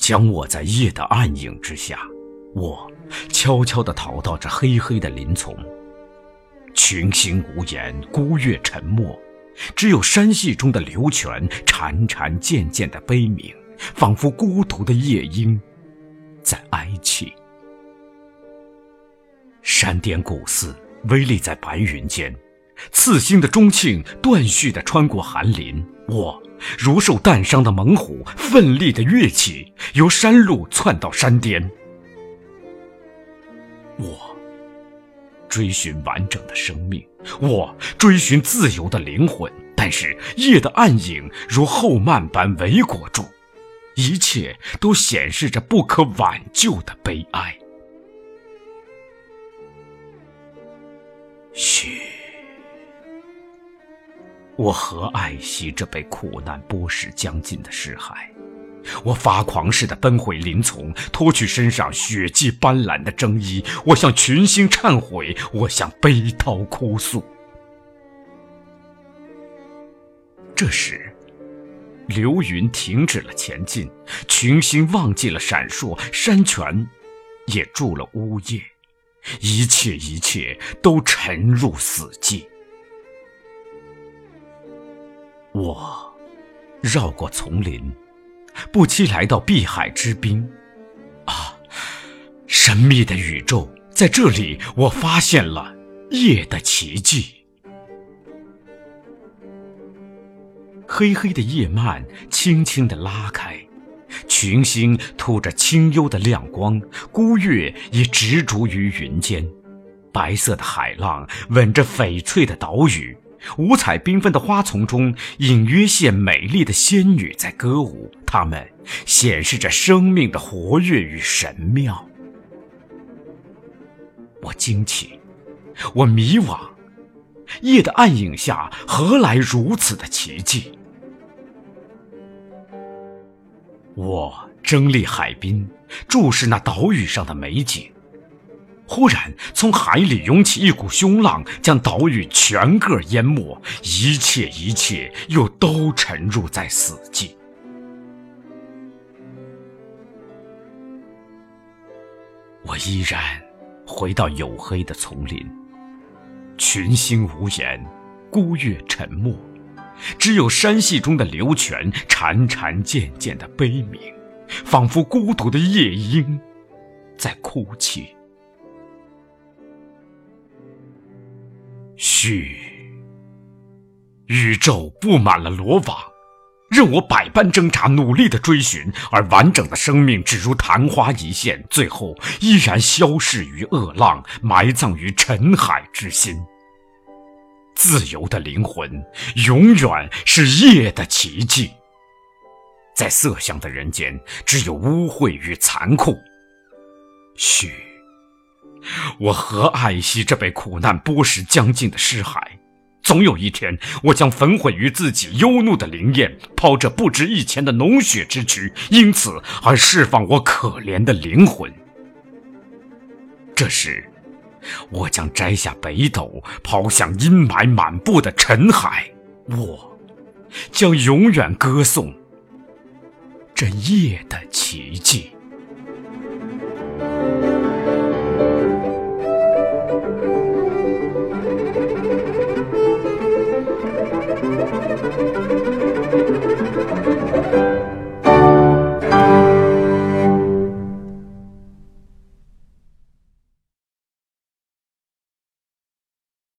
将卧在夜的暗影之下，我悄悄地逃到这黑黑的林丛。群星无言，孤月沉默，只有山隙中的流泉潺潺渐渐的悲鸣，仿佛孤独的夜莺在哀泣。山巅古寺微立在白云间，刺星的钟磬断续地穿过寒林，我如受弹伤的猛虎，奋力地跃起，由山路窜到山巅。我追寻完整的生命，我追寻自由的灵魂，但是夜的暗影如厚幔般围裹住，一切都显示着不可挽救的悲哀。嘘，我何爱惜这被苦难剥蚀将尽的尸骸？我发狂似的奔回林丛，脱去身上血迹斑斓的征衣，我向群星忏悔，我向悲涛哭诉。这时流云停止了前进，群星忘记了闪烁，山泉也住了呜咽，一切都沉入死寂。我绕过丛林，不期来到碧海之滨。啊，神秘的宇宙，在这里我发现了夜的奇迹。黑黑的夜幔轻轻地拉开，群星吐着清幽的亮光，孤月也执着于云间。白色的海浪吻着翡翠的岛屿，五彩缤纷的花丛中隐约现美丽的仙女在歌舞，她们显示着生命的活跃与神妙。我惊奇，我迷惘，夜的暗影下何来如此的奇迹？我争立海滨，注视那岛屿上的美景。忽然从海里涌起一股凶浪，将岛屿全个淹没，一切又都沉入在死寂。我依然回到黝黑的丛林，群星无言，孤月沉默，只有山隙中的流泉潺潺渐渐的悲鸣，仿佛孤独的夜莺在哭泣。嘘，宇宙布满了罗网，任我百般挣扎，努力地追寻，而完整的生命只如昙花一现，最后依然消逝于恶浪，埋葬于沉海之心。自由的灵魂永远是夜的奇迹，在色相的人间，只有污秽与残酷。嘘，我何爱惜这被苦难剥蚀将尽的尸骸？总有一天，我将焚毁于自己忧怒的灵焰，抛这不值一钱的脓血之躯，因此而释放我可怜的灵魂。这时，我将摘下北斗，抛向阴霾满布的尘海，我将永远歌颂这夜的奇迹。